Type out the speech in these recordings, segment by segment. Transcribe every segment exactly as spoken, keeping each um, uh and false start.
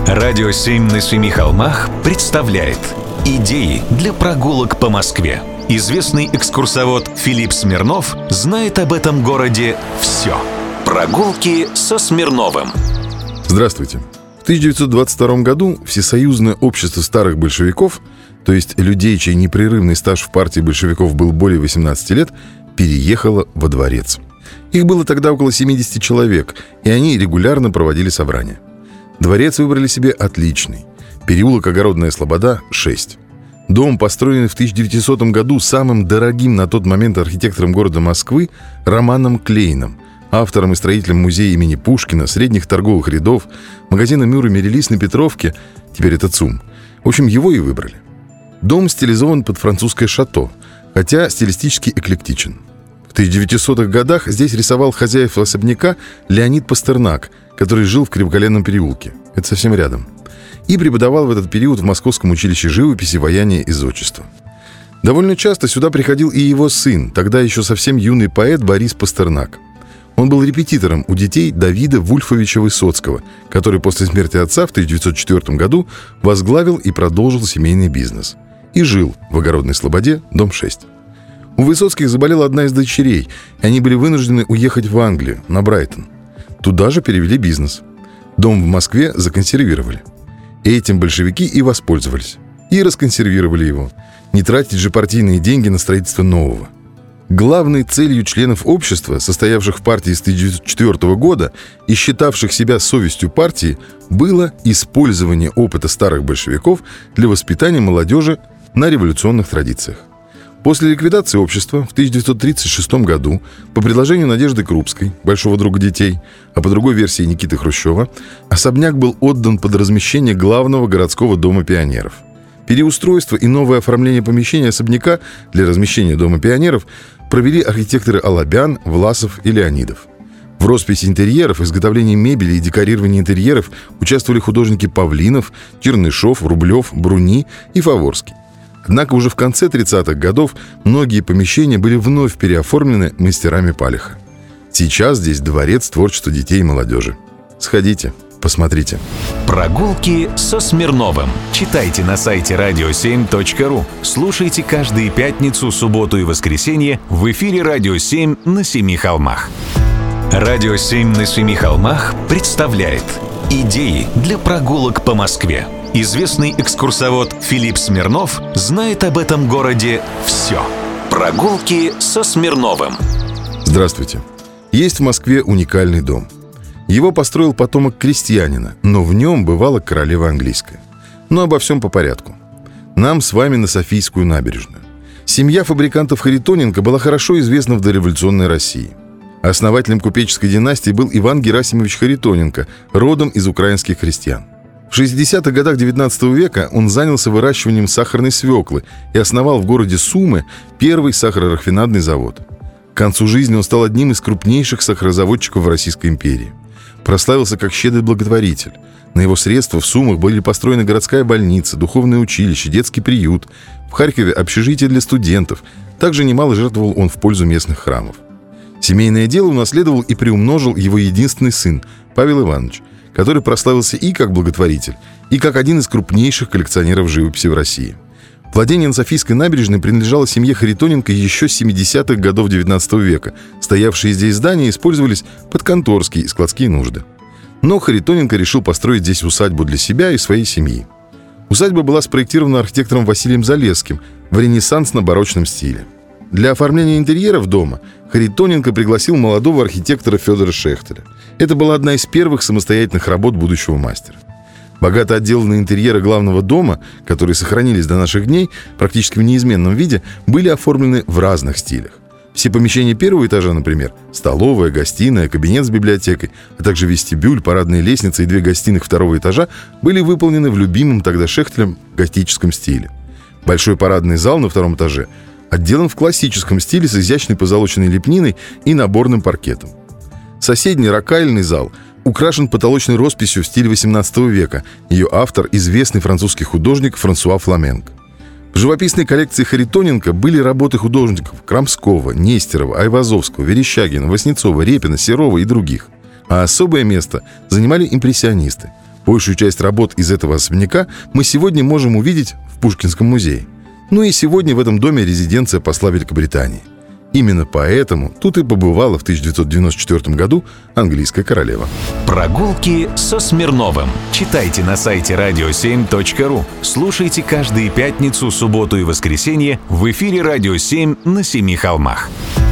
Радио семь на семи холмах представляет идеи для прогулок по Москве. Известный экскурсовод Филипп Смирнов знает об этом городе все. Прогулки со Смирновым. Здравствуйте. В тысяча девятьсот двадцать втором году Всесоюзное общество старых большевиков, то есть людей, чей непрерывный стаж в партии большевиков был более восемнадцати лет, переехало во дворец. Их было тогда около семидесяти человек, и они регулярно проводили собрания. Дворец выбрали себе отличный. Переулок Огородная Слобода, шесть. Дом, построенный в тысяча девятисотом году самым дорогим на тот момент архитектором города Москвы Романом Клейном, автором и строителем музея имени Пушкина, средних торговых рядов, магазина Мюр и Мерилис на Петровке, теперь это ЦУМ. В общем, его и выбрали. Дом стилизован под французское шато, хотя стилистически эклектичен. В тысяча девятисотых годах здесь рисовал хозяев особняка Леонид Пастернак, который жил в Кривоколенном переулке. Это совсем рядом. И преподавал в этот период в Московском училище живописи, ваяния и зодчества. Довольно часто сюда приходил и его сын, тогда еще совсем юный поэт Борис Пастернак. Он был репетитором у детей Давида Вульфовича Высоцкого, который после смерти отца в тысяча девятьсот четвёртом году возглавил и продолжил семейный бизнес. И жил в Огородной Слободе, дом шесть. У Высоцких заболела одна из дочерей, и они были вынуждены уехать в Англию, на Брайтон. Туда же перевели бизнес. Дом в Москве законсервировали. И этим большевики и воспользовались. И расконсервировали его. Не тратить же партийные деньги на строительство нового. Главной целью членов общества, состоявших в партии с тысяча девятьсот четвёртого года и считавших себя совестью партии, было использование опыта старых большевиков для воспитания молодежи на революционных традициях. После ликвидации общества в тысяча девятьсот тридцать шестом году по предложению Надежды Крупской, большого друга детей, а по другой версии Никиты Хрущева, особняк был отдан под размещение главного городского дома пионеров. Переустройство и новое оформление помещения особняка для размещения дома пионеров провели архитекторы Алабян, Власов и Леонидов. В росписи интерьеров, изготовлении мебели и декорировании интерьеров участвовали художники Павлинов, Чернышов, Рублев, Бруни и Фаворский. Однако уже в конце тридцатых годов многие помещения были вновь переоформлены мастерами Палиха. Сейчас здесь дворец творчества детей и молодежи. Сходите, посмотрите. Прогулки со Смирновым. Читайте на сайте радио семь точка ру. Слушайте каждые пятницу, субботу и воскресенье в эфире «Радио семь на семи холмах». «Радио семь на семи холмах» представляет идеи для прогулок по Москве. Известный экскурсовод Филипп Смирнов знает об этом городе все. Прогулки со Смирновым. Здравствуйте. Есть в Москве уникальный дом. Его построил потомок крестьянина, но в нем бывала королева английская. Но обо всем по порядку. Нам с вами на Софийскую набережную. Семья фабрикантов Харитоненко была хорошо известна в дореволюционной России. Основателем купеческой династии был Иван Герасимович Харитоненко, родом из украинских крестьян. В шестидесятых годах девятнадцатого века он занялся выращиванием сахарной свеклы и основал в городе Сумы первый сахарорафинадный завод. К концу жизни он стал одним из крупнейших сахарозаводчиков в Российской империи. Прославился как щедрый благотворитель. На его средства в Сумах были построены городская больница, духовное училище, детский приют. В Харькове общежитие для студентов. Также немало жертвовал он в пользу местных храмов. Семейное дело унаследовал и приумножил его единственный сын Павел Иванович, который прославился и как благотворитель, и как один из крупнейших коллекционеров живописи в России. Владение на Софийской набережной принадлежало семье Харитоненко еще с семидесятых годов девятнадцатого века. Стоявшие здесь здания использовались под конторские и складские нужды. Но Харитоненко решил построить здесь усадьбу для себя и своей семьи. Усадьба была спроектирована архитектором Василием Залесским в ренессансно-барочном стиле. Для оформления интерьеров дома Харитоненко пригласил молодого архитектора Федора Шехтеля. Это была одна из первых самостоятельных работ будущего мастера. Богато отделанные интерьеры главного дома, которые сохранились до наших дней практически в неизменном виде, были оформлены в разных стилях. Все помещения первого этажа, например, столовая, гостиная, кабинет с библиотекой, а также вестибюль, парадная лестница и две гостиных второго этажа были выполнены в любимом тогда Шехтелем готическом стиле. Большой парадный зал на втором этаже отделан в классическом стиле с изящной позолоченной лепниной и наборным паркетом. Соседний рокальный зал украшен потолочной росписью в стиле восемнадцатого века. Ее автор – известный французский художник Франсуа Фламенк. В живописной коллекции Харитоненко были работы художников Крамского, Нестерова, Айвазовского, Верещагина, Васнецова, Репина, Серова и других. А особое место занимали импрессионисты. Большую часть работ из этого особняка мы сегодня можем увидеть в Пушкинском музее. Ну и сегодня в этом доме резиденция посла Великобритании. Именно поэтому тут и побывала в тысяча девятьсот девяносто четвёртом году английская королева. Прогулки со Смирновым. Читайте на сайте радио семь точка ру. Слушайте каждые пятницу, субботу и воскресенье в эфире «Радио семь» на Семи холмах.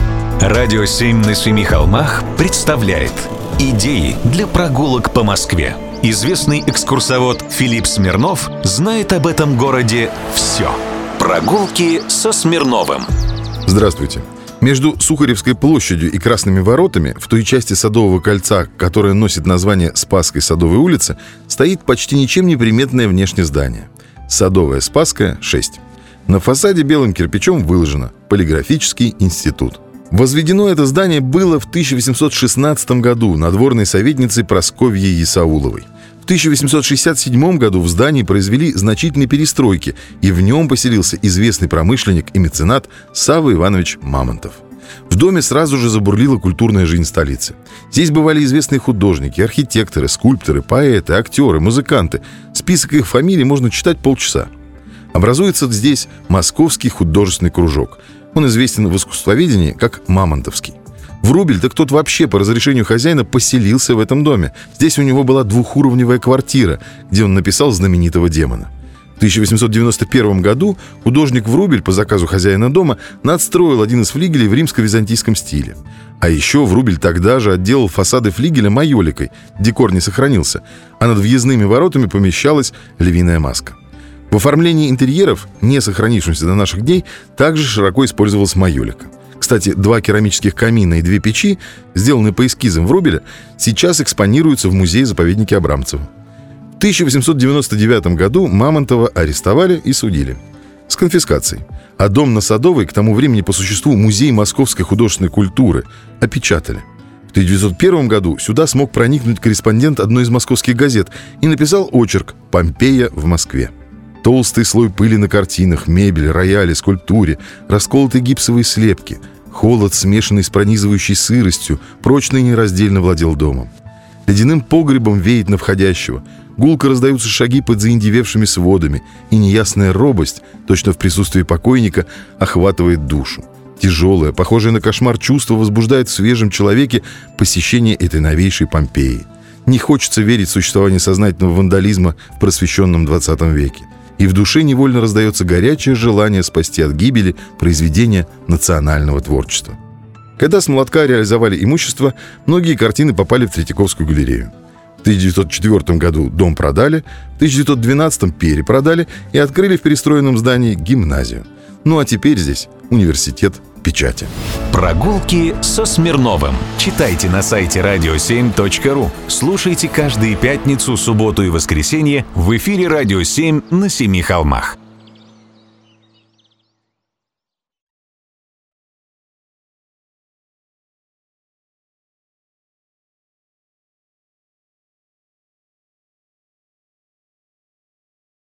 «Радио семь» на Семи холмах представляет идеи для прогулок по Москве. Известный экскурсовод Филипп Смирнов знает об этом городе все. Прогулки со Смирновым. Здравствуйте. Между Сухаревской площадью и Красными воротами, в той части Садового кольца, которая носит название Спасской Садовой улицы, стоит почти ничем не приметное внешнее здание. Садовая Спасская, шесть. На фасаде белым кирпичом выложено «Полиграфический институт». Возведено это здание было в тысяча восемьсот шестнадцатом году надворной советницей Прасковьей Исауловой. В тысяча восемьсот шестьдесят седьмом году в здании произвели значительные перестройки, и в нем поселился известный промышленник и меценат Савва Иванович Мамонтов. В доме сразу же забурлила культурная жизнь столицы. Здесь бывали известные художники, архитекторы, скульпторы, поэты, актеры, музыканты. Список их фамилий можно читать полчаса. Образуется здесь Московский художественный кружок. Он известен в искусствоведении как Мамонтовский. Врубель, так тот вообще по разрешению хозяина поселился в этом доме. Здесь у него была двухуровневая квартира, где он написал знаменитого демона. В тысяча восемьсот девяносто первом году художник Врубель по заказу хозяина дома надстроил один из флигелей в римско-византийском стиле. А еще Врубель тогда же отделал фасады флигеля майоликой, декор не сохранился, а над въездными воротами помещалась львиная маска. В оформлении интерьеров, не сохранившимся до наших дней, также широко использовалась майолика. Кстати, два керамических камина и две печи, сделанные по эскизам Врубеля, сейчас экспонируются в музее-заповеднике Абрамцева. В тысяча восемьсот девяносто девятом году Мамонтова арестовали и судили. С конфискацией. А дом на Садовой, к тому времени по существу музей московской художественной культуры, опечатали. В тысяча девятьсот первом году сюда смог проникнуть корреспондент одной из московских газет и написал очерк «Помпея в Москве». Толстый слой пыли на картинах, мебель, рояле, скульптуре, расколотые гипсовые слепки, холод, смешанный с пронизывающей сыростью, прочно и нераздельно владел домом. Ледяным погребом веет на входящего, гулко раздаются шаги под заиндевевшими сводами, и неясная робость, точно в присутствии покойника, охватывает душу. Тяжелое, похожее на кошмар чувство возбуждает в свежем человеке посещение этой новейшей Помпеи. Не хочется верить в существование сознательного вандализма в просвещенном двадцатом веке. И в душе невольно раздается горячее желание спасти от гибели произведения национального творчества. Когда с молотка реализовали имущество, многие картины попали в Третьяковскую галерею. В тысяча девятьсот четвёртом году дом продали, в тысяча девятьсот двенадцатом перепродали и открыли в перестроенном здании гимназию. Ну а теперь здесь университет печати. Прогулки со Смирновым. Читайте на сайте радио семь точка ру. Слушайте каждые пятницу, субботу и воскресенье в эфире «Радио семь» на Семи холмах.